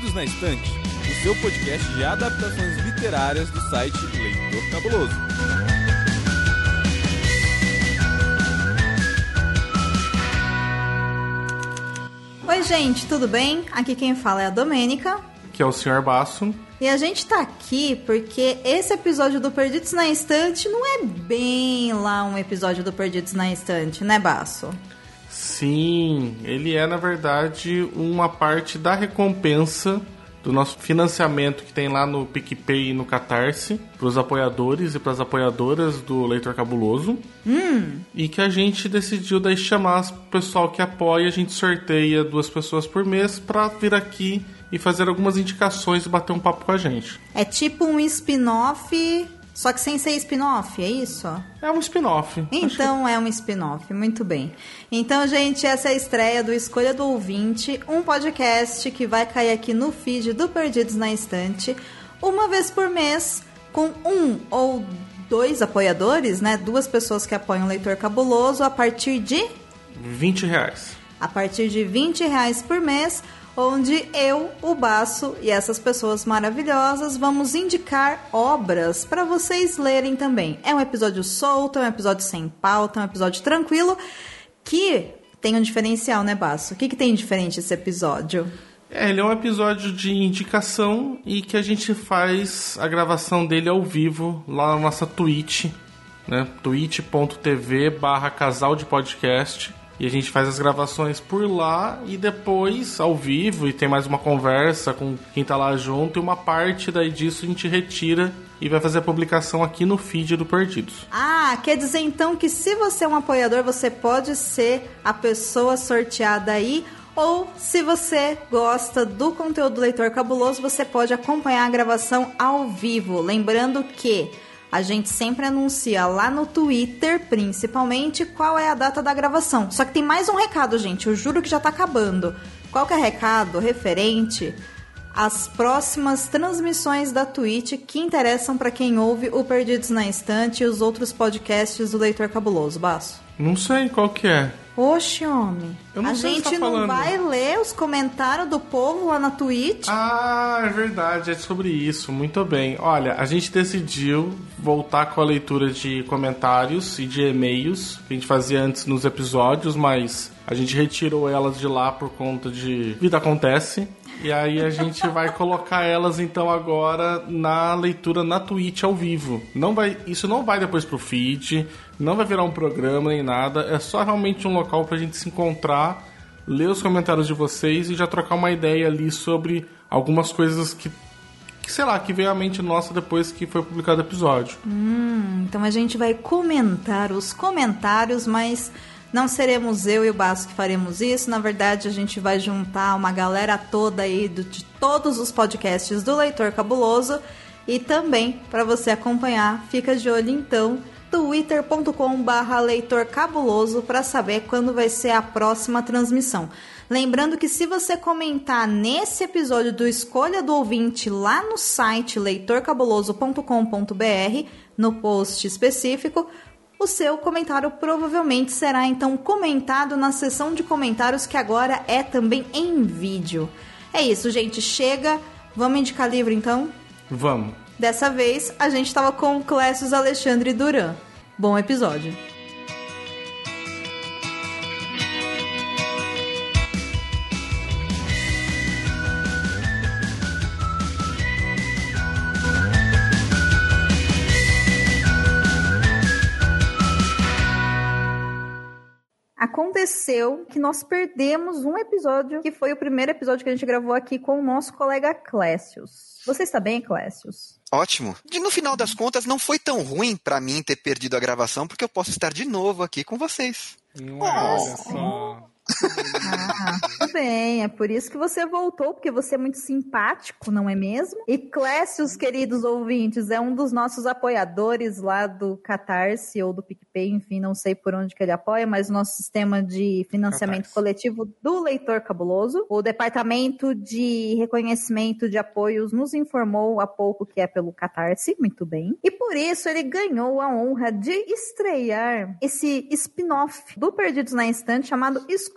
Perdidos na Estante, o seu podcast de adaptações literárias do site Leitor Cabuloso. Oi gente, tudo bem? Aqui quem fala é a Domênica. Que é o Sr. Basso. E a gente tá aqui porque esse episódio do Perdidos na Estante não é bem lá um episódio do Perdidos na Estante, né, Basso? Sim, ele é, na verdade, uma parte da recompensa do nosso financiamento que tem lá no PicPay e no Catarse, para os apoiadores e para as apoiadoras do Leitor Cabuloso. E que a gente decidiu daí chamar o pessoal que apoia, a gente sorteia 2 pessoas por mês para vir aqui e fazer algumas indicações e bater um papo com a gente. É tipo um spin-off, só que sem ser spin-off, é isso? É um spin-off. Então é um spin-off, muito bem. Então, gente, essa é a estreia do Escolha do Ouvinte, um podcast que vai cair aqui no feed do Perdidos na Estante, uma vez por mês, com 1 ou 2 apoiadores, né? 2 pessoas que apoiam o Leitor Cabuloso a partir de R$20. A partir de R$20 por mês, onde eu, o Basso e essas pessoas maravilhosas vamos indicar obras para vocês lerem também. É um episódio solto, é um episódio sem pauta, é um episódio tranquilo, que tem um diferencial, né, Basso? O que tem de diferente esse episódio? Ele é um episódio de indicação e que a gente faz a gravação dele ao vivo lá na nossa Twitch, né? twitch.tv/casal de podcast. E a gente faz as gravações por lá e depois, ao vivo, e tem mais uma conversa com quem tá lá junto. E uma parte daí disso a gente retira e vai fazer a publicação aqui no feed do Perdidos. Ah, quer dizer então que se você é um apoiador, você pode ser a pessoa sorteada aí. Ou se você gosta do conteúdo do Leitor Cabuloso, você pode acompanhar a gravação ao vivo. Lembrando que a gente sempre anuncia lá no Twitter, principalmente, qual é a data da gravação. Só que tem mais um recado, gente. Eu juro que já tá acabando. Qual que é o recado? Referente às próximas transmissões da Twitch que interessam para quem ouve o Perdidos na Estante e os outros podcasts do Leitor Cabuloso. Basso? Não sei qual que é. Oxe, homem. A gente não vai ler os comentários do povo lá na Twitch? Ah, é verdade, é sobre isso. Muito bem. Olha, a gente decidiu voltar com a leitura de comentários e de e-mails que a gente fazia antes nos episódios, mas a gente retirou elas de lá por conta de vida acontece. E aí a gente vai colocar elas então agora na leitura na Twitch ao vivo. Isso não vai depois pro feed, não vai virar um programa nem nada, é só realmente um local pra gente se encontrar, ler os comentários de vocês e já trocar uma ideia ali sobre algumas coisas que sei lá, que veio à mente nossa depois que foi publicado o episódio. Então a gente vai comentar os comentários, mas não seremos eu e o Basso que faremos isso. Na verdade, a gente vai juntar uma galera toda aí de todos os podcasts do Leitor Cabuloso. E também, para você acompanhar, fica de olho então, twitter.com/leitorcabuloso para saber quando vai ser a próxima transmissão. Lembrando que se você comentar nesse episódio do Escolha do Ouvinte lá no site leitorcabuloso.com.br, no post específico, o seu comentário provavelmente será então comentado na seção de comentários, que agora é também em vídeo. É isso, gente. Chega. Vamos indicar livro, então? Vamos. Dessa vez, a gente estava com o Clécio Alexandre Duran. Bom episódio. Aconteceu que nós perdemos um episódio, que foi o primeiro episódio que a gente gravou aqui com o nosso colega Clécius. Você está bem, Clécius? Ótimo. No final das contas, não foi tão ruim pra mim ter perdido a gravação, porque eu posso estar de novo aqui com vocês. Olha só. Tudo bem, é por isso que você voltou, porque você é muito simpático, não é mesmo? E Clécius, queridos ouvintes, é um dos nossos apoiadores lá do Catarse ou do PicPay, enfim, não sei por onde que ele apoia, mas o nosso sistema de financiamento coletivo do Leitor Cabuloso. O Departamento de Reconhecimento de Apoios nos informou há pouco que é pelo Catarse, muito bem. E por isso ele ganhou a honra de estrear esse spin-off do Perdidos na Estante chamado Escolha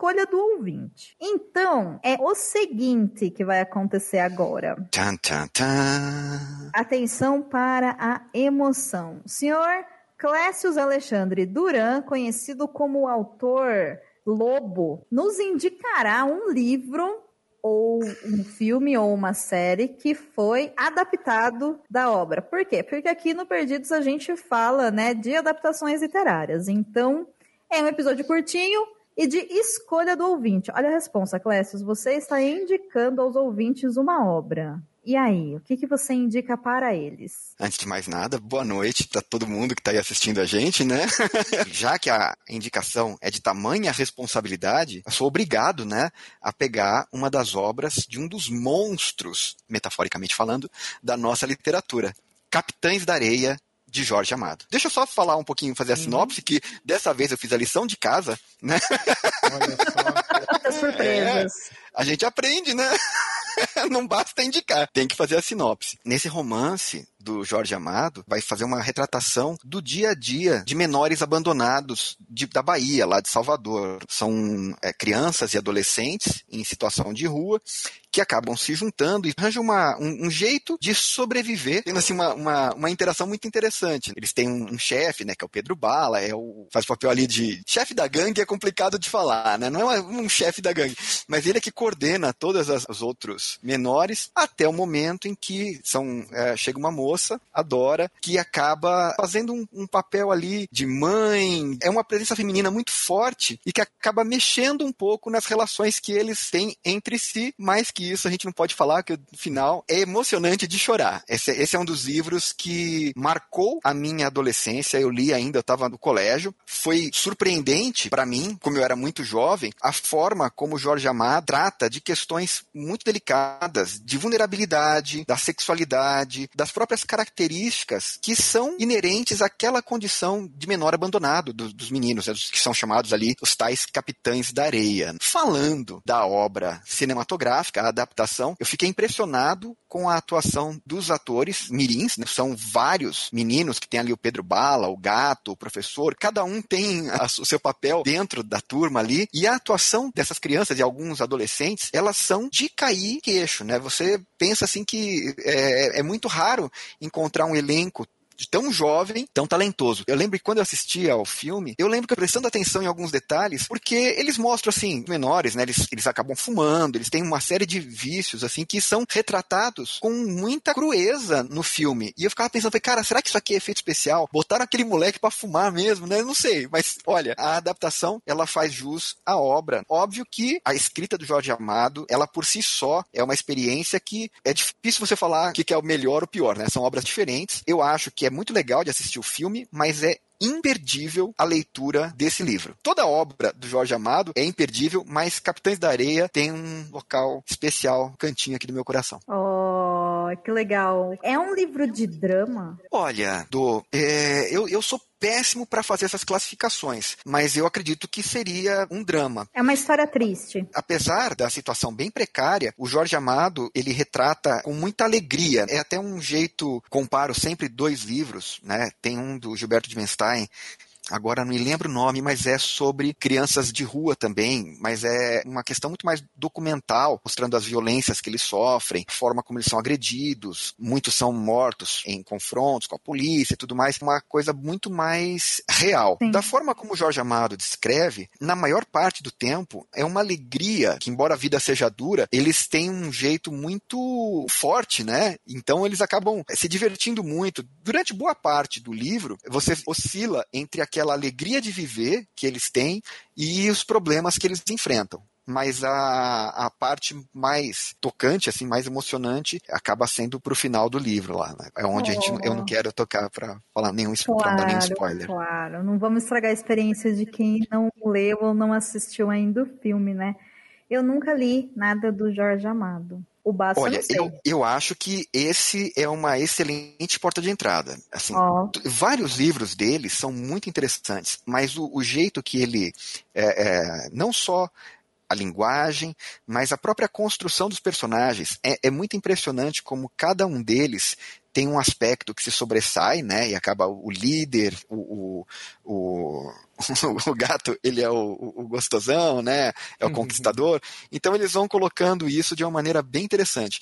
escolha do ouvinte. Então, é o seguinte que vai acontecer agora. Tchan, tchan, tchan. Atenção para a emoção. Senhor Clécius Alexandre Duran, conhecido como o autor Lobo, nos indicará um livro ou um filme ou uma série que foi adaptado da obra. Por quê? Porque aqui no Perdidos a gente fala, né, de adaptações literárias. Então, é um episódio curtinho e de escolha do ouvinte. Olha a resposta, Clécius. Você está indicando aos ouvintes uma obra. E aí, o que você indica para eles? Antes de mais nada, boa noite para todo mundo que está aí assistindo a gente, né? Já que a indicação é de tamanha responsabilidade, eu sou obrigado, né, a pegar uma das obras de um dos monstros, metaforicamente falando, da nossa literatura. Capitães da Areia, de Jorge Amado. Deixa eu só falar um pouquinho, fazer a sinopse, que dessa vez eu fiz a lição de casa, né? Olha só. Muitas surpresas. A gente aprende, né? Não basta indicar, tem que fazer a sinopse. Nesse romance do Jorge Amado, vai fazer uma retratação do dia a dia de menores abandonados da Bahia, lá de Salvador. São crianças e adolescentes em situação de rua que acabam se juntando e arranjam um jeito de sobreviver, tendo assim uma interação muito interessante. Eles têm um chefe, né, que é o Pedro Bala, faz o papel ali de chefe da gangue, é complicado de falar, né? Não é um chefe da gangue, mas ele é que coordena todos os outros menores, até o momento em que chega uma moça, a Dora, que acaba fazendo um papel ali de mãe. É uma presença feminina muito forte e que acaba mexendo um pouco nas relações que eles têm entre si, mais que isso a gente não pode falar, que no final é emocionante de chorar. Esse é um dos livros que marcou a minha adolescência. Eu li ainda, eu estava no colégio. Foi surpreendente para mim, como eu era muito jovem, a forma como Jorge Amado trata de questões muito delicadas, de vulnerabilidade, da sexualidade, das próprias características que são inerentes àquela condição de menor abandonado dos meninos, né, que são chamados ali os tais Capitães da Areia. Falando da obra cinematográfica, a adaptação, eu fiquei impressionado com a atuação dos atores mirins, né? São vários meninos que tem ali o Pedro Bala, o Gato, o professor, cada um tem o seu papel dentro da turma ali, e a atuação dessas crianças e alguns adolescentes, elas são de cair queixo, né? Você pensa assim que é muito raro encontrar um elenco tão jovem, tão talentoso. Eu lembro que quando eu assistia ao filme, eu lembro que eu prestando atenção em alguns detalhes, porque eles mostram, assim, menores, né, eles acabam fumando, eles têm uma série de vícios, assim, que são retratados com muita crueza no filme. E eu ficava pensando, cara, será que isso aqui é efeito especial? Botaram aquele moleque pra fumar mesmo, né? Eu não sei, mas, olha, a adaptação, ela faz jus à obra. Óbvio que a escrita do Jorge Amado, ela por si só é uma experiência que é difícil você falar o que é o melhor ou o pior, né? São obras diferentes. Eu acho que é muito legal de assistir o filme, mas é imperdível a leitura desse livro. Toda a obra do Jorge Amado é imperdível, mas Capitães da Areia tem um local especial, um cantinho aqui do meu coração. Oh, que legal. É um livro de drama? Olha, eu sou péssimo para fazer essas classificações, mas eu acredito que seria um drama. É uma história triste. Apesar da situação bem precária, o Jorge Amado, ele retrata com muita alegria. É até um jeito, comparo sempre dois livros, né? Tem um do Gilberto de Menstein, agora não me lembro o nome, mas é sobre crianças de rua também, mas é uma questão muito mais documental, mostrando as violências que eles sofrem, a forma como eles são agredidos, muitos são mortos em confrontos com a polícia e tudo mais, uma coisa muito mais real. Sim. Da forma como o Jorge Amado descreve, na maior parte do tempo, é uma alegria que, embora a vida seja dura, eles têm um jeito muito forte, né? Então eles acabam se divertindo muito. Durante boa parte do livro, você oscila entre aquela alegria de viver que eles têm e os problemas que eles enfrentam. Mas a parte mais tocante, assim, mais emocionante, acaba sendo pro final do livro lá, né? É onde eu não quero tocar pra falar pra não dar nenhum spoiler. Claro, não vamos estragar a experiência de quem não leu ou não assistiu ainda o filme, né? Eu nunca li nada do Jorge Amado. Olha, eu acho que esse é uma excelente porta de entrada. Assim, vários livros dele são muito interessantes, mas o jeito que ele não só a linguagem, mas a própria construção dos personagens. É muito impressionante como cada um deles tem um aspecto que se sobressai, né? E acaba o líder, o gato, ele é o gostosão, né? É o conquistador. Então eles vão colocando isso de uma maneira bem interessante.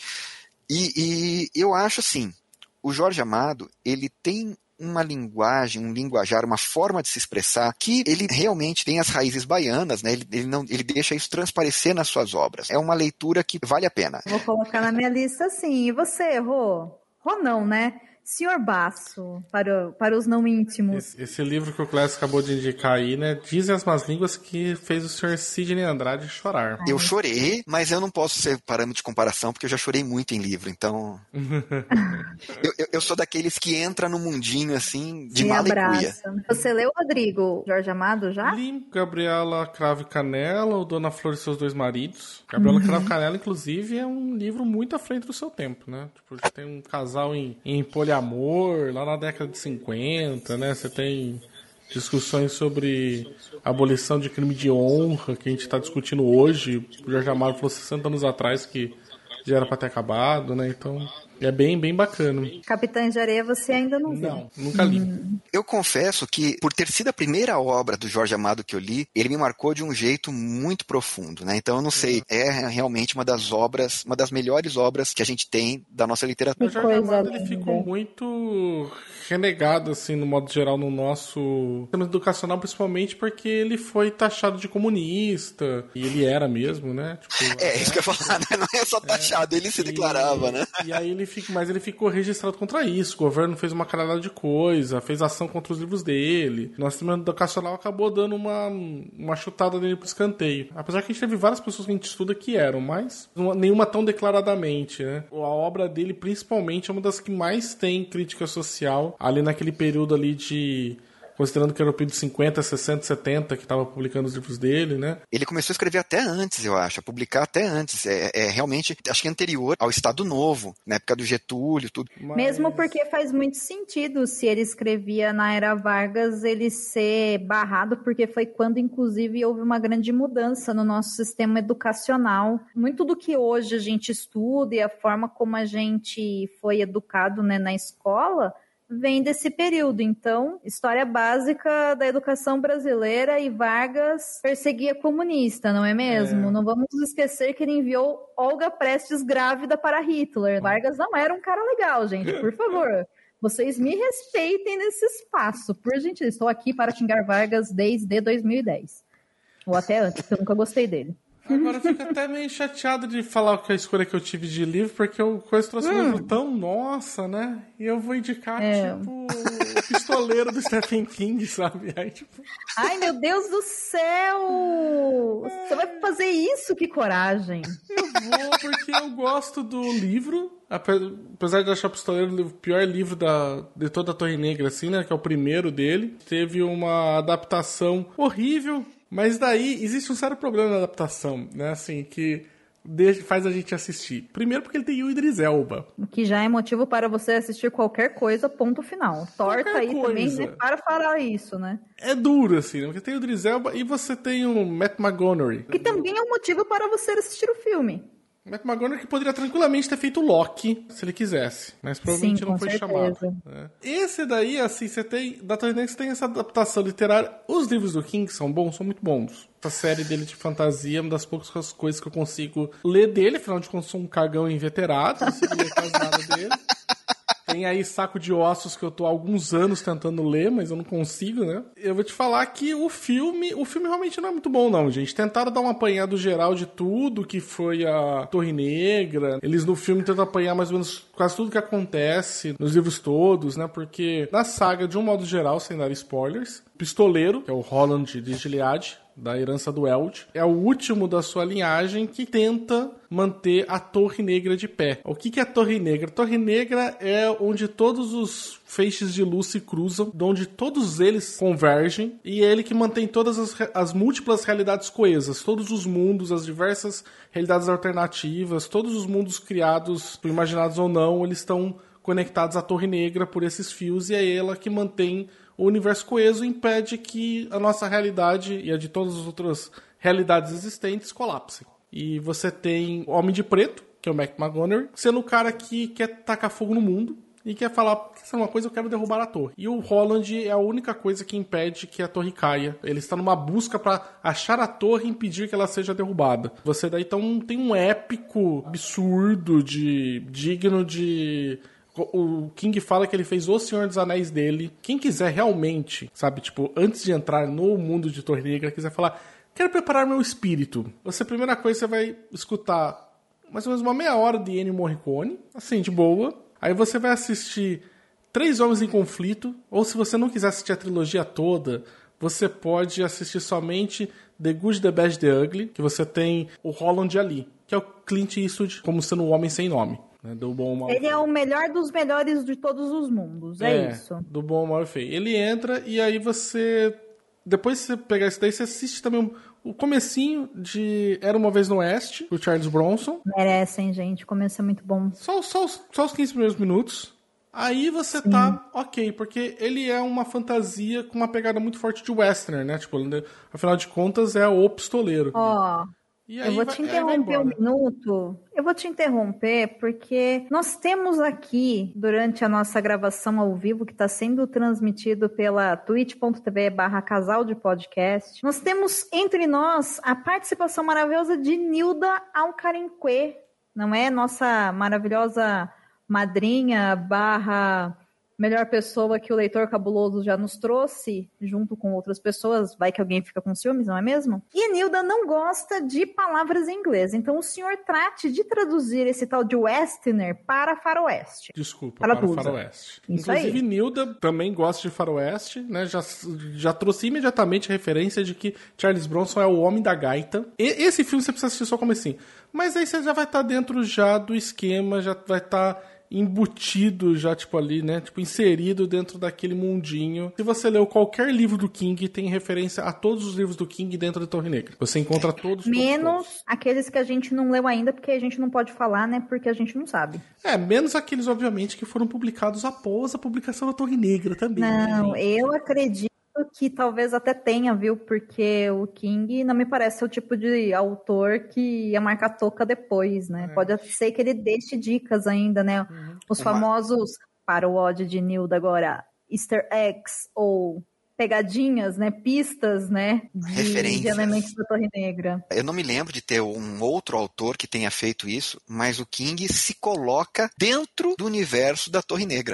E eu acho assim, o Jorge Amado, ele tem uma linguagem, um linguajar, uma forma de se expressar que ele realmente tem as raízes baianas, né? Ele deixa isso transparecer nas suas obras. É uma leitura que vale a pena. Vou colocar na minha lista assim. E você, Rô? Rô não, né? Senhor Basso, para os não íntimos. Esse livro que o Clécio acabou de indicar aí, né? Dizem as más línguas que fez o senhor Sidney Andrade chorar. Eu chorei, mas eu não posso ser parâmetro de comparação, porque eu já chorei muito em livro, então... eu sou daqueles que entra no mundinho, assim, de mala e cuia. Você leu, Rodrigo, Jorge Amado, já? Li Gabriela Cravo e Canela, ou Dona Flor e seus dois maridos. Gabriela Cravo e Canela, inclusive, é um livro muito à frente do seu tempo, né? Tipo, já tem um casal em poliamor, lá na década de 50, né? Você tem discussões sobre abolição de crime de honra, que a gente está discutindo hoje. O Jorge Amado falou 60 anos atrás que já era para ter acabado, né? Então... é bem, bem bacana. Capitães de Areia você ainda não viu? Não, nunca li. Eu confesso que, por ter sido a primeira obra do Jorge Amado que eu li, ele me marcou de um jeito muito profundo, né? Então eu não sei, é realmente uma das melhores obras que a gente tem da nossa literatura. O Jorge Amado, ele ficou muito renegado, assim, no modo geral, no nosso sistema educacional, principalmente porque ele foi taxado de comunista, e ele era mesmo, né? Tipo, isso que eu ia falar, né? Não é só taxado, ele se declarava, né? E aí mas ele ficou registrado contra isso. O governo fez uma caralhada de coisa, fez ação contra os livros dele. Nosso sistema educacional acabou dando uma chutada nele pro escanteio. Apesar que a gente teve várias pessoas que a gente estuda que eram, mas nenhuma tão declaradamente, né? A obra dele, principalmente, é uma das que mais tem crítica social, ali naquele período ali de... considerando que era o período de 50, 60, 70 que estava publicando os livros dele, né? Ele começou a escrever até antes, eu acho, a publicar até antes. Realmente, acho que anterior ao Estado Novo, na época do Getúlio, tudo. Mesmo porque faz muito sentido, se ele escrevia na Era Vargas, ele ser barrado, porque foi quando, inclusive, houve uma grande mudança no nosso sistema educacional. Muito do que hoje a gente estuda e a forma como a gente foi educado, né, na escola... vem desse período. Então, história básica da educação brasileira, e Vargas perseguia comunista, não é mesmo? Não vamos esquecer que ele enviou Olga Prestes grávida para Hitler. Vargas não era um cara legal, gente, por favor. Vocês me respeitem nesse espaço, por gentileza. Estou aqui para xingar Vargas desde 2010. Ou até antes, porque eu nunca gostei dele. Agora eu fico até meio chateado de falar que a escolha que eu tive de livro, porque eu trouxe um livro tão nossa, né? E eu vou indicar, tipo, o Pistoleiro do Stephen King, sabe? Aí, tipo... Ai, meu Deus do céu! Você vai fazer isso? Que coragem! Eu vou, porque eu gosto do livro. Apesar de achar o Pistoleiro o pior livro de toda a Torre Negra, assim, né? Que é o primeiro dele. Teve uma adaptação horrível. Mas daí existe um sério problema na adaptação, né? Assim, que faz a gente assistir. Primeiro porque ele tem o Idris Elba. Que já é motivo para você assistir qualquer coisa, ponto final. Torta qualquer aí coisa. Também, né? Para falar isso, né? É duro, assim, né? Porque tem o Idris Elba e você tem o Matt McGonaghy. Que também é um motivo para você assistir o filme. Matt McGonaghy poderia tranquilamente ter feito Loki, se ele quisesse, mas provavelmente sim, não foi certeza. chamado. Né? Esse daí, assim, você tem, da Torre Negra, você tem essa adaptação literária. Os livros do King são bons, são muito bons. Essa série dele de fantasia é uma das poucas coisas que eu consigo ler dele, afinal de contas, sou um cagão inveterado, não consigo ler quase nada dele. Tem aí Saco de Ossos que eu tô há alguns anos tentando ler, mas eu não consigo, né? Eu vou te falar que o filme realmente não é muito bom, não, gente. Tentaram dar um apanhado geral de tudo que foi a Torre Negra. Eles no filme tentam apanhar mais ou menos quase tudo que acontece nos livros todos, né? Porque na saga, de um modo geral, sem dar spoilers, Pistoleiro, que é o Roland de Gilead, da herança do Eld, é o último da sua linhagem que tenta manter a Torre Negra de pé. O que é a Torre Negra? A Torre Negra é onde todos os feixes de luz se cruzam, onde todos eles convergem, e é ele que mantém todas as múltiplas realidades coesas, todos os mundos, as diversas realidades alternativas, todos os mundos criados, imaginados ou não, eles estão conectados à Torre Negra por esses fios, e é ela que mantém o universo coeso impede que a nossa realidade e a de todas as outras realidades existentes colapsem. E você tem o Homem de Preto, que é o McGonagall, sendo o cara que quer tacar fogo no mundo e quer falar, se é uma coisa, eu quero derrubar a torre. E o Holland é a única coisa que impede que a torre caia. Ele está numa busca para achar a torre e impedir que ela seja derrubada. Você daí então tem um épico absurdo digno de... O King fala que ele fez O Senhor dos Anéis dele. Quem quiser realmente, sabe, tipo, antes de entrar no mundo de Torre Negra, quiser falar, quero preparar meu espírito. A primeira coisa, você vai escutar mais ou menos uma meia hora de Ennio Morricone, assim, de boa. Aí você vai assistir 3 Homens em Conflito, ou se você não quiser assistir a trilogia toda, você pode assistir somente The Good, The Bad, The Ugly, que você tem o Holland ali, que é o Clint Eastwood como sendo um homem sem nome. Né, do bom, mal, ele é o melhor dos melhores de todos os mundos, é isso. Do bom, mal e feio. Ele entra e aí você... Depois de você pegar isso daí, você assiste também o comecinho de Era Uma Vez no Oeste, do Charles Bronson. Merecem, gente. O começo é muito bom. Só os 15 primeiros minutos. Aí você tá ok, porque ele é uma fantasia com uma pegada muito forte de western, né? Tipo, afinal de contas, é o pistoleiro. Ó... Eu vou te interromper um minuto. Eu vou te interromper porque nós temos aqui, durante a nossa gravação ao vivo, que está sendo transmitido pela twitch.tv/casal de podcast, nós temos entre nós a participação maravilhosa de Nilda Alcarenque, não é? Nossa maravilhosa madrinha / melhor pessoa que o Leitor Cabuloso já nos trouxe, junto com outras pessoas, vai que alguém fica com ciúmes, não é mesmo? E a Nilda não gosta de palavras em inglês, então o senhor trate de traduzir esse tal de Westerner para faroeste. Desculpa, para faroeste. Isso inclusive, aí. Nilda também gosta de faroeste, né? Já trouxe imediatamente a referência de que Charles Bronson é o homem da gaita. E esse filme você precisa assistir só como assim. Mas aí você já vai estar dentro já do esquema, já vai estar... embutido já, tipo, ali, né? Tipo, inserido dentro daquele mundinho. Se você leu qualquer livro do King, tem referência a todos os livros do King dentro da Torre Negra. Você encontra todos. Menos aqueles que a gente não leu ainda, porque a gente não pode falar, né? Porque a gente não sabe. Menos aqueles, obviamente, que foram publicados após a publicação da Torre Negra também. Não, né, eu acredito que talvez até tenha, viu? Porque o King não me parece o tipo de autor que ia marcar toca depois, né? Pode ser que ele deixe dicas ainda, né? Os famosos, para o ódio de Nilda agora, easter eggs ou pegadinhas, né? Pistas, né? De elementos da Torre Negra. Eu não me lembro de ter um outro autor que tenha feito isso, mas o King se coloca dentro do universo da Torre Negra.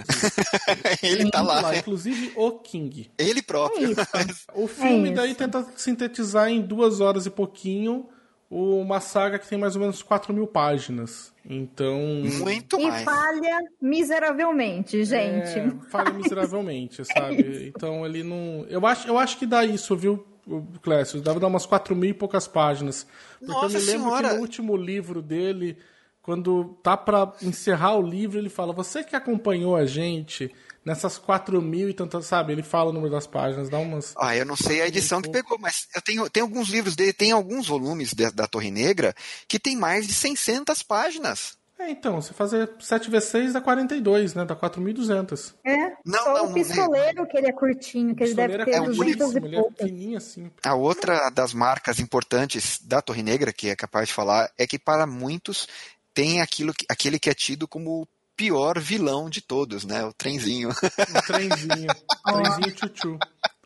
Ele tá lá. Inclusive o King. Ele próprio. O filme daí tenta sintetizar em 2 horas e pouquinho uma saga que tem mais ou menos 4.000 páginas. Então... Muito mais. E falha miseravelmente, gente. Falha miseravelmente, sabe? Então ele não... Eu acho que dá isso, viu, Clécio? Deve dar umas 4.000 e poucas páginas. Porque Nossa eu me lembro senhora. que no último livro dele, quando tá pra encerrar o livro, ele fala, você que acompanhou a gente... Nessas 4.000 e tantas, sabe? Ele fala o número das páginas, dá umas... Eu não sei a edição que pegou, mas eu tenho alguns livros dele, tem alguns volumes da Torre Negra que tem mais de 600 páginas. Então, se fazer 7 vezes 6 dá 42, né? Dá 4.200. Só o pistoleiro que ele é curtinho, que ele deve ter 200 e poucas. Assim. A outra das marcas importantes da Torre Negra, que é capaz de falar, é que para muitos tem aquele que é tido como o pior vilão de todos, né? O trenzinho. O trenzinho. Trenzinho tchutchu.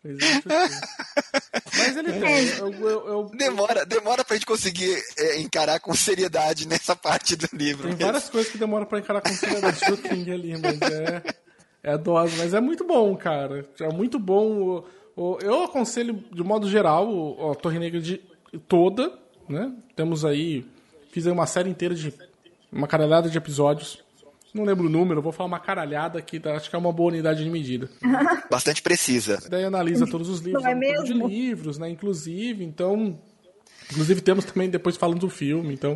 Mas ele tem. Demora pra gente conseguir encarar com seriedade nessa parte do livro. Tem várias coisas que demoram pra encarar com seriedade do King ali, mas é dose. Mas é muito bom, cara. É muito bom. Eu aconselho, de modo geral, a Torre Negra toda, né? Temos aí... Fiz aí uma série inteira de... Uma caralhada de episódios. Não lembro o número, vou falar uma caralhada que acho que é uma boa unidade de medida. Bastante precisa. Daí analisa todos os livros, de livros, né? Inclusive temos também depois falando do filme, então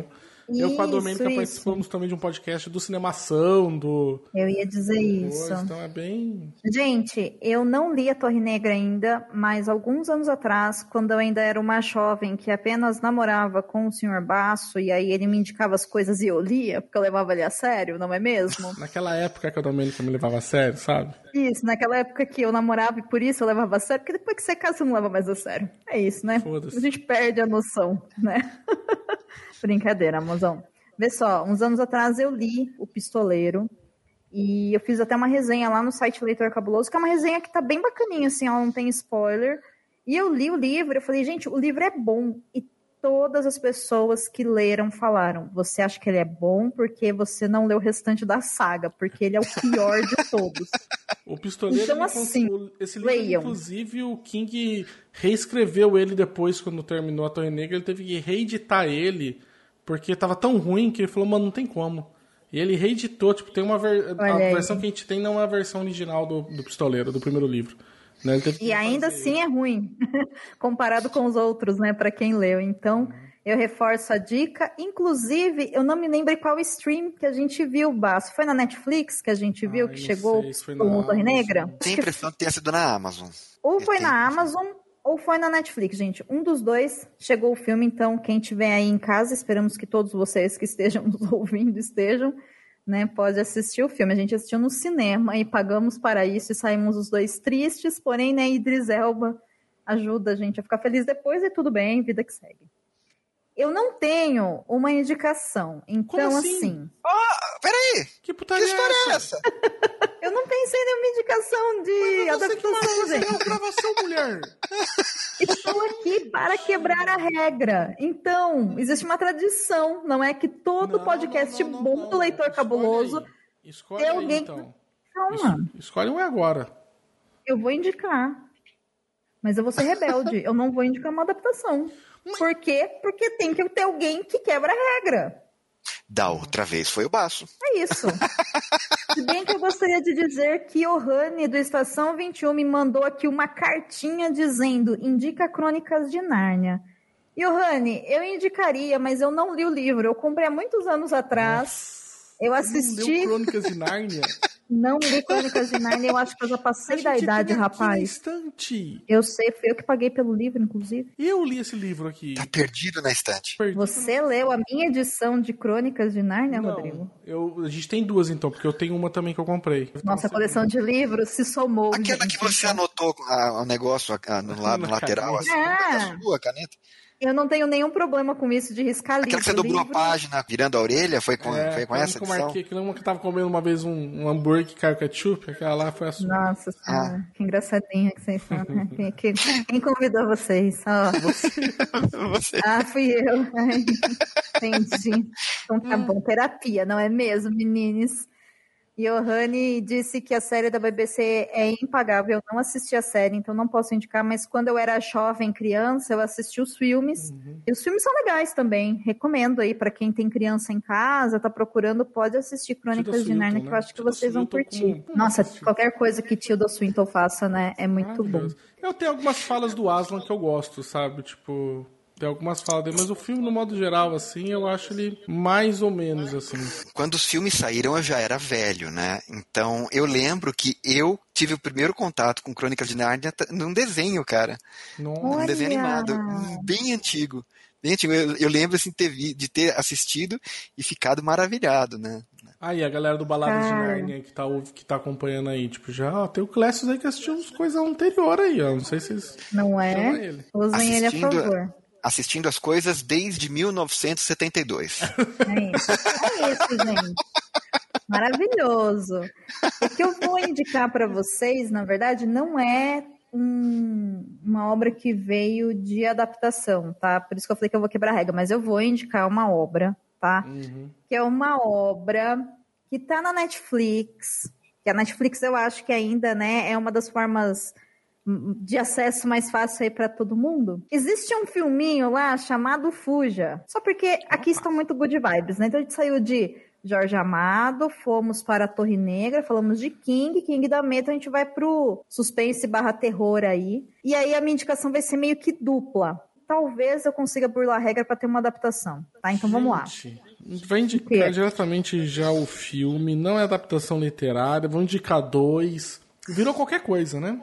Eu com a Domênica participamos também de um podcast do Cinemação, Eu ia dizer isso. Então é bem... Gente, eu não li a Torre Negra ainda, mas alguns anos atrás, quando eu ainda era uma jovem que apenas namorava com o Sr. Basso, e aí ele me indicava as coisas e eu lia, porque eu levava ele a sério, não é mesmo? Naquela época que a Domênica me levava a sério, sabe? Isso, naquela época que eu namorava e por isso eu levava a sério, porque depois que você casa, você não leva mais a sério. É isso, né? Foda-se. A gente perde a noção, né? Brincadeira, mozão. Vê só, uns anos atrás eu li O Pistoleiro e eu fiz até uma resenha lá no site Leitor Cabuloso, que é uma resenha que tá bem bacaninha, assim, ela não tem spoiler. E eu li o livro, eu falei, gente, o livro é bom. E todas as pessoas que leram falaram, você acha que ele é bom porque você não leu o restante da saga, porque ele é o pior de todos. O Pistoleiro, então, assim, esse livro, leiam. inclusive, o King reescreveu ele depois, quando terminou a Torre Negra, ele teve que reeditar ele, porque tava tão ruim que ele falou, mano, não tem como. E ele reeditou, tipo, tem uma a versão que a gente tem não é a versão original do Pistoleiro, do primeiro livro. Né? E ainda assim é ruim, comparado com os outros, né, pra quem leu. Então, eu reforço a dica. Inclusive, eu não me lembro qual stream que a gente viu, Basso. Foi na Netflix que a gente viu, que chegou com o Torre Negra? Tem a impressão que tenha sido na Amazon. Ou foi na Amazon, ou foi na Netflix, gente. Um dos dois chegou o filme, então quem tiver aí em casa, esperamos que todos vocês que estejam nos ouvindo estejam, né, pode assistir o filme. A gente assistiu no cinema e pagamos para isso e saímos os dois tristes, porém, né, Idris Elba ajuda a gente a ficar feliz depois e tudo bem, vida que segue. Eu não tenho uma indicação, então Como assim? assim... Peraí! Que putaria história é essa? Eu não pensei em nenhuma indicação de adaptação, gente. Você gravação, mulher! Estou aqui para quebrar a regra. Então, existe uma tradição, não é que todo podcast bom do Leitor Cabuloso... Escolhe aí, alguém... então. Calma. Escolhe um agora. Eu vou indicar. Mas eu vou ser rebelde. Eu não vou indicar uma adaptação. Por quê? Porque tem que ter alguém que quebra a regra. Da outra vez foi o Basso. É isso. Se bem que eu gostaria de dizer que o Rani do Estação 21 me mandou aqui uma cartinha dizendo, indica Crônicas de Nárnia. E o Rani, eu indicaria, mas eu não li o livro. Eu comprei há muitos anos atrás. Eu assisti... Não leu Crônicas de Nárnia? Não li Crônicas de Nárnia, eu acho que eu já passei da idade, rapaz. Estante. Eu sei, foi eu que paguei pelo livro, inclusive. Eu li esse livro aqui. Tá perdido na estante. Você leu a minha edição de Crônicas de Nárnia, Não, Rodrigo? A gente tem duas, então, porque eu tenho uma também que eu comprei. Nossa, a coleção de livros se somou. Aquela gente. que você anotou o negócio no lado lateral, assim, a sua caneta. Eu não tenho nenhum problema com isso de riscar livro. Aquela que você dobrou a página virando a orelha, foi com essa edição? Marquei, aquela uma que eu tava comendo uma vez um hambúrguer que caiu ketchup, aquela lá foi a sua. Nossa senhora, que engraçadinha que vocês são, né? Quem convidou vocês? Você. Ah, fui eu. Ai, entendi. Então tá bom, terapia, não é mesmo, meninos? E o Rani disse que a série da BBC é impagável. Eu não assisti a série, então não posso indicar, mas quando eu era jovem, criança, eu assisti os filmes. E os filmes são legais também. Recomendo aí para quem tem criança em casa, tá procurando, pode assistir Crônicas de Nárnia, que eu acho que vocês vão curtir. Nossa, qualquer coisa que Tilda Swinton faça, né, é muito bom. Eu tenho algumas falas do Aslan que eu gosto, sabe? Tipo... Tem algumas falas dele, mas o filme, no modo geral, assim, eu acho ele mais ou menos, assim. Quando os filmes saíram, eu já era velho, né? Então, eu lembro que eu tive o primeiro contato com Crônicas de Nárnia num desenho, cara. Nossa. Um desenho animado, bem antigo. Bem antigo. Eu lembro, assim, de ter assistido e ficado maravilhado, né? Aí, a galera do Baladas de Nárnia que tá acompanhando aí, tipo, já tem o Clécio aí que assistiu umas coisas anteriores aí, ó. Não sei se vocês... Não é? Usem ele a favor. Assistindo as coisas desde 1972. É isso, gente. Maravilhoso. O que eu vou indicar para vocês, na verdade, não é uma obra que veio de adaptação, tá? Por isso que eu falei que eu vou quebrar a regra, mas eu vou indicar uma obra, tá? Que é uma obra que tá na Netflix, que a Netflix eu acho que ainda, né, é uma das formas de acesso mais fácil aí para todo mundo. Existe um filminho lá chamado Fuja. Só porque aqui estão muito good vibes, né? Então a gente saiu de Jorge Amado, fomos para a Torre Negra, falamos de King da Meta, a gente vai pro suspense / terror aí. E aí a minha indicação vai ser meio que dupla. Talvez eu consiga burlar a regra para ter uma adaptação, tá? Então vamos lá. Vai indicar diretamente já o filme, não é adaptação literária, vão indicar 2. Virou qualquer coisa, né?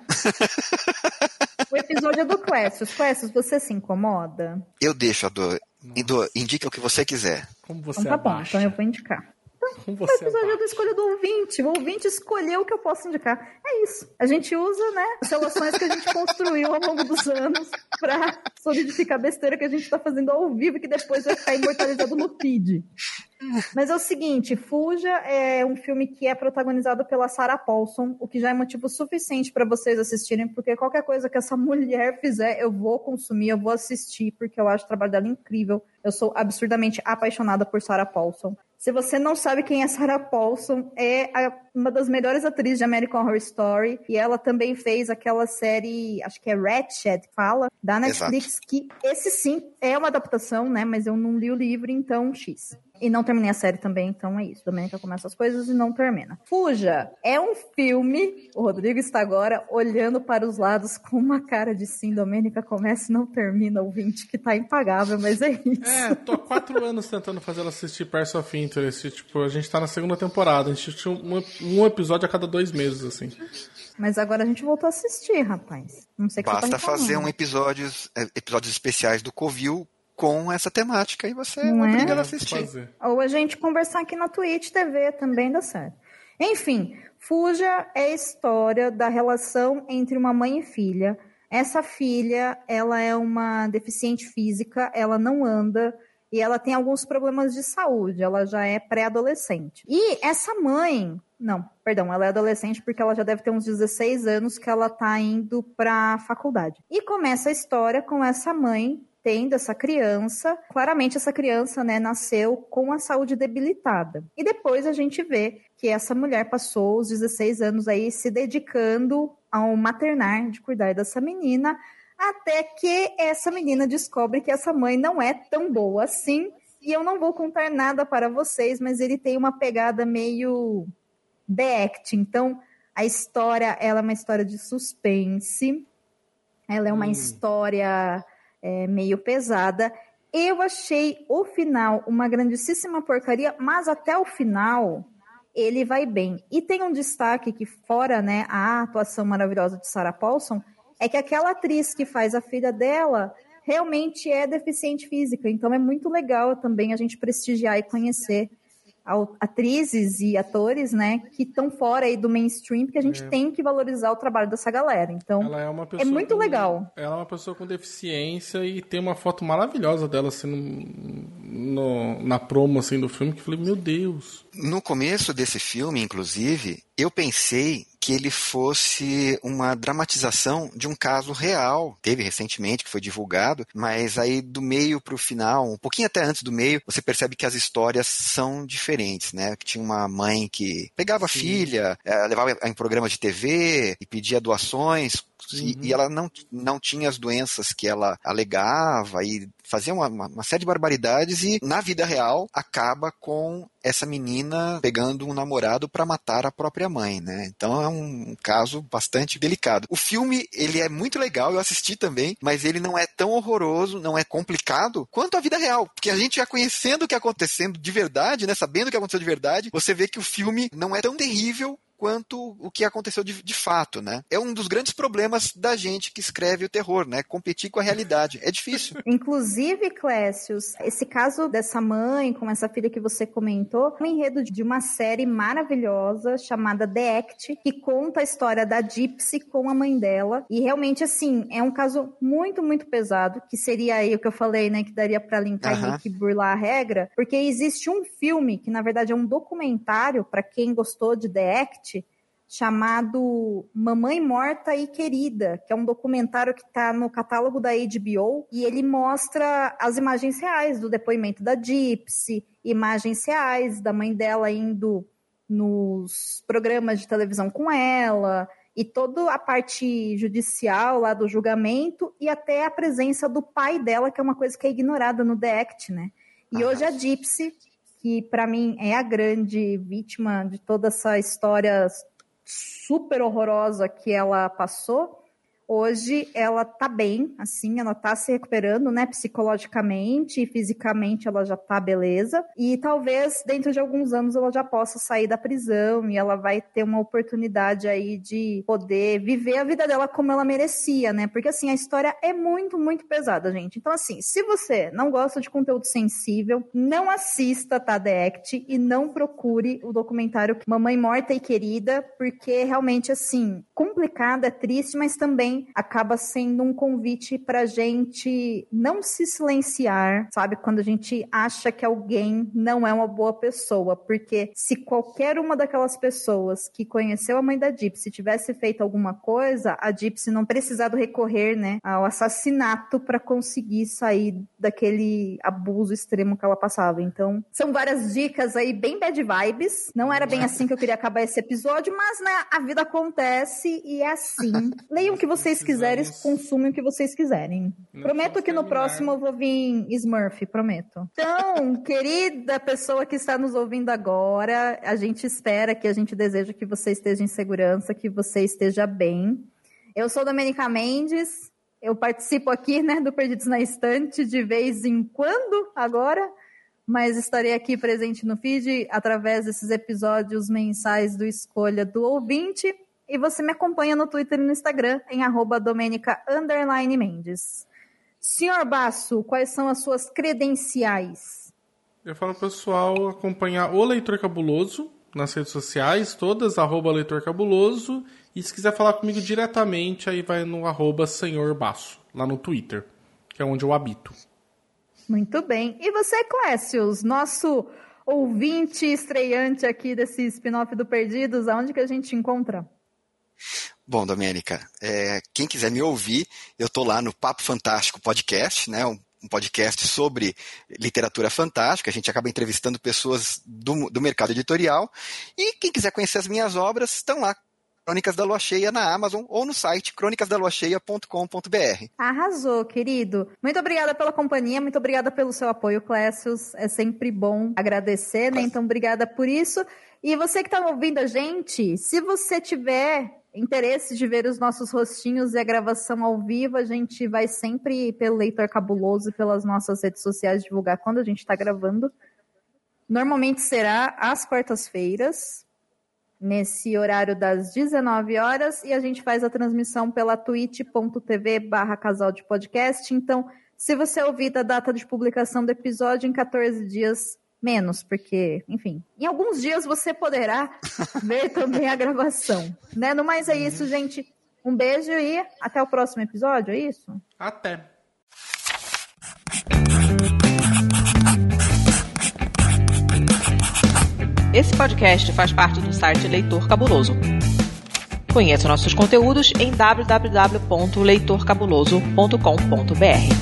O episódio é do Clécius. Clécius, você se incomoda? Eu deixo a dor. Indica o que você quiser. Como você Então tá bom, abaixa. então eu vou indicar. Como O você episódio é da abaixa. escolha do ouvinte. O ouvinte escolheu o que eu posso indicar. É isso. A gente usa, né, as relações que a gente construiu ao longo dos anos pra solidificar a besteira que a gente tá fazendo ao vivo e que depois vai ficar imortalizado no feed. Mas é o seguinte, Fuja é um filme que é protagonizado pela Sarah Paulson, o que já é motivo suficiente pra vocês assistirem, porque qualquer coisa que essa mulher fizer, eu vou consumir, eu vou assistir, porque eu acho o trabalho dela incrível. Eu sou absurdamente apaixonada por Sarah Paulson. Se você não sabe quem é Sarah Paulson, uma das melhores atrizes de American Horror Story, e ela também fez aquela série, acho que é Ratched, que fala, da Netflix, Exato. que esse sim é uma adaptação, né, mas eu não li o livro, então X. E não terminei a série também, então é isso. Domênica começa as coisas e não termina. Fuja é um filme, o Rodrigo está agora olhando para os lados com uma cara de sim, Domênica começa e não termina, ouvinte, que tá impagável, mas é isso. Tô há 4 anos tentando fazer ela assistir Person of Interest. Tipo, a gente tá na segunda temporada. A gente tinha um episódio a cada 2 meses, assim. Mas agora a gente voltou a assistir, rapaz. Não sei o que você tá Basta reclamando. fazer episódios especiais do Covil com essa temática e você Não é? obriga ela a assistir. Fazer. Ou a gente conversar aqui na Twitch TV também dá certo. Enfim, Fuja é a história da relação entre uma mãe e filha. Essa filha, ela é uma deficiente física, ela não anda e ela tem alguns problemas de saúde, ela já é pré-adolescente. E essa mãe, não, perdão, ela é adolescente porque ela já deve ter uns 16 anos que ela tá indo pra faculdade. E começa a história com essa mãe tendo essa criança. Claramente essa criança, né, nasceu com a saúde debilitada. E depois a gente vê que essa mulher passou os 16 anos aí se dedicando ao maternar, de cuidar dessa menina, até que essa menina descobre que essa mãe não é tão boa assim. E eu não vou contar nada para vocês, mas ele tem uma pegada meio The Act. Então, a história, ela é uma história de suspense. Ela é uma história meio pesada. Eu achei o final uma grandíssima porcaria, mas até o final ele vai bem. E tem um destaque que, fora, né, a atuação maravilhosa de Sarah Paulson, é que aquela atriz que faz a filha dela realmente é deficiente física. Então é muito legal também a gente prestigiar e conhecer atrizes e atores, né, que estão fora aí do mainstream, porque a gente tem que valorizar o trabalho dessa galera. Então, Ela é uma pessoa muito legal. Ela é uma pessoa com deficiência e tem uma foto maravilhosa dela assim na promo assim do filme, que eu falei, meu Deus. No começo desse filme, inclusive, eu pensei que ele fosse uma dramatização de um caso real. Teve recentemente, que foi divulgado, mas aí do meio pro final, um pouquinho até antes do meio, você percebe que as histórias são diferentes, né? Que tinha uma mãe que pegava a filha, levava em programas de TV e pedia doações, e ela não tinha as doenças que ela alegava e fazia uma série de barbaridades, e na vida real acaba com essa menina pegando um namorado para matar a própria mãe, né? Então é um caso bastante delicado. O filme, ele é muito legal, eu assisti também, mas ele não é tão horroroso, não é complicado quanto a vida real, porque a gente já conhecendo o que acontecendo de verdade, né, sabendo o que aconteceu de verdade, você vê que o filme não é tão terrível quanto o que aconteceu de fato, né? É um dos grandes problemas da gente que escreve o terror, né? Competir com a realidade. É difícil. Inclusive, Clécius, esse caso dessa mãe com essa filha que você comentou, é um enredo de uma série maravilhosa chamada The Act, que conta a história da Gypsy com a mãe dela. E realmente, assim, é um caso muito, muito pesado, que seria aí o que eu falei, né? Que daria pra linkar e meio que burlar a regra, porque existe um filme, que na verdade é um documentário, pra quem gostou de The Act, chamado Mamãe Morta e Querida, que é um documentário que está no catálogo da HBO, e ele mostra as imagens reais do depoimento da Gypsy, imagens reais da mãe dela indo nos programas de televisão com ela, e toda a parte judicial lá do julgamento, e até a presença do pai dela, que é uma coisa que é ignorada no The Act, né? E hoje a Gypsy, que para mim é a grande vítima de toda essa história super horrorosa que ela passou, hoje ela tá bem, assim, ela tá se recuperando, né, psicologicamente e fisicamente ela já tá beleza, e talvez dentro de alguns anos ela já possa sair da prisão e ela vai ter uma oportunidade aí de poder viver a vida dela como ela merecia, né, porque assim, a história é muito, muito pesada, gente. Então assim, se você não gosta de conteúdo sensível, não assista Tá The Act e não procure o documentário Mamãe Morta e Querida, porque realmente, assim, complicado, é triste, mas também acaba sendo um convite pra gente não se silenciar, sabe? Quando a gente acha que alguém não é uma boa pessoa, porque se qualquer uma daquelas pessoas que conheceu a mãe da Gypsy tivesse feito alguma coisa, a Gypsy não precisado recorrer, né, ao assassinato pra conseguir sair daquele abuso extremo que ela passava. Então, são várias dicas aí bem bad vibes. Não era bem assim que eu queria acabar esse episódio, mas, né, a vida acontece e é assim. Leiam o que vocês quiserem, consumem o que vocês quiserem. Prometo que no próximo eu vou vir Smurf, prometo. Então, querida pessoa que está nos ouvindo agora, a gente espera, que a gente deseja que você esteja em segurança, que você esteja bem. Eu sou Domênica Mendes, eu participo aqui, né, do Perdidos na Estante de vez em quando agora, mas estarei aqui presente no feed através desses episódios mensais do Escolha do Ouvinte. E você me acompanha no Twitter e no Instagram em @Domenica_Mendes. Senhor Basso, quais são as suas credenciais? Eu falo pro pessoal acompanhar o Leitor Cabuloso nas redes sociais, todas, @Leitor Cabuloso. E se quiser falar comigo diretamente, aí vai no @Senhor Basso, lá no Twitter, que é onde eu habito. Muito bem. E você, Clécius, nosso ouvinte estreante aqui desse spin-off do Perdidos, aonde que a gente encontra? Bom, Domênica, quem quiser me ouvir, eu tô lá no Papo Fantástico Podcast, né? Um podcast sobre literatura fantástica. A gente acaba entrevistando pessoas do mercado editorial. E quem quiser conhecer as minhas obras, estão lá. Crônicas da Lua Cheia na Amazon ou no site cronicasdaluacheia.com.br. Arrasou, querido. Muito obrigada pela companhia, muito obrigada pelo seu apoio, Clécius. É sempre bom agradecer, né? Então, obrigada por isso. E você que está ouvindo a gente, se você tiver interesse de ver os nossos rostinhos e a gravação ao vivo, a gente vai sempre pelo Leitor Cabuloso e pelas nossas redes sociais divulgar quando a gente está gravando. Normalmente será às quartas-feiras, nesse horário das 19 horas, e a gente faz a transmissão pela twitch.tv/casal de podcast. Então, se você ouvir da data de publicação do episódio, em 14 dias menos, porque, enfim, em alguns dias você poderá ver também a gravação, né? No mais é isso, gente. Um beijo e até o próximo episódio, é isso? Até! Esse podcast faz parte do site Leitor Cabuloso. Conheça nossos conteúdos em www.leitorcabuloso.com.br.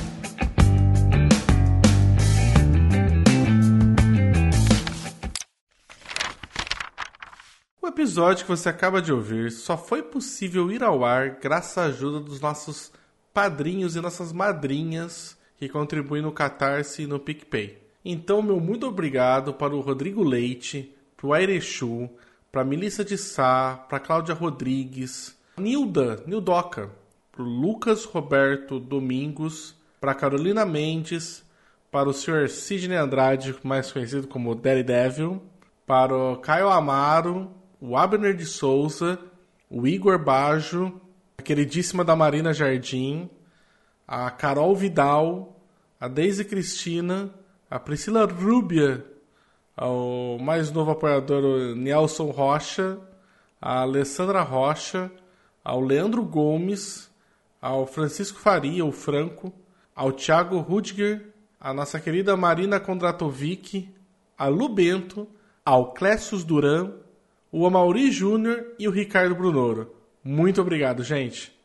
O episódio que você acaba de ouvir só foi possível ir ao ar graças à ajuda dos nossos padrinhos e nossas madrinhas que contribuem no Catarse e no PicPay. Então, meu muito obrigado para o Rodrigo Leite, para o Airechu, para a Melissa de Sá, para a Cláudia Rodrigues, Nildoca, para o Lucas Roberto Domingos, para a Carolina Mendes, para o Sr. Sidney Andrade, mais conhecido como Daredevil, para o Caio Amaro, o Abner de Souza, o Igor Bajo, a queridíssima da Marina Jardim, a Carol Vidal, a Deise Cristina, a Priscila Rúbia, ao mais novo apoiador, o Nelson Rocha, a Alessandra Rocha, ao Leandro Gomes, ao Francisco Faria, o Franco, ao Thiago Rudiger, a nossa querida Marina Kondratovic, a Lu Bento, ao Clécius Duran, o Amaury Júnior e o Ricardo Brunoro. Muito obrigado, gente!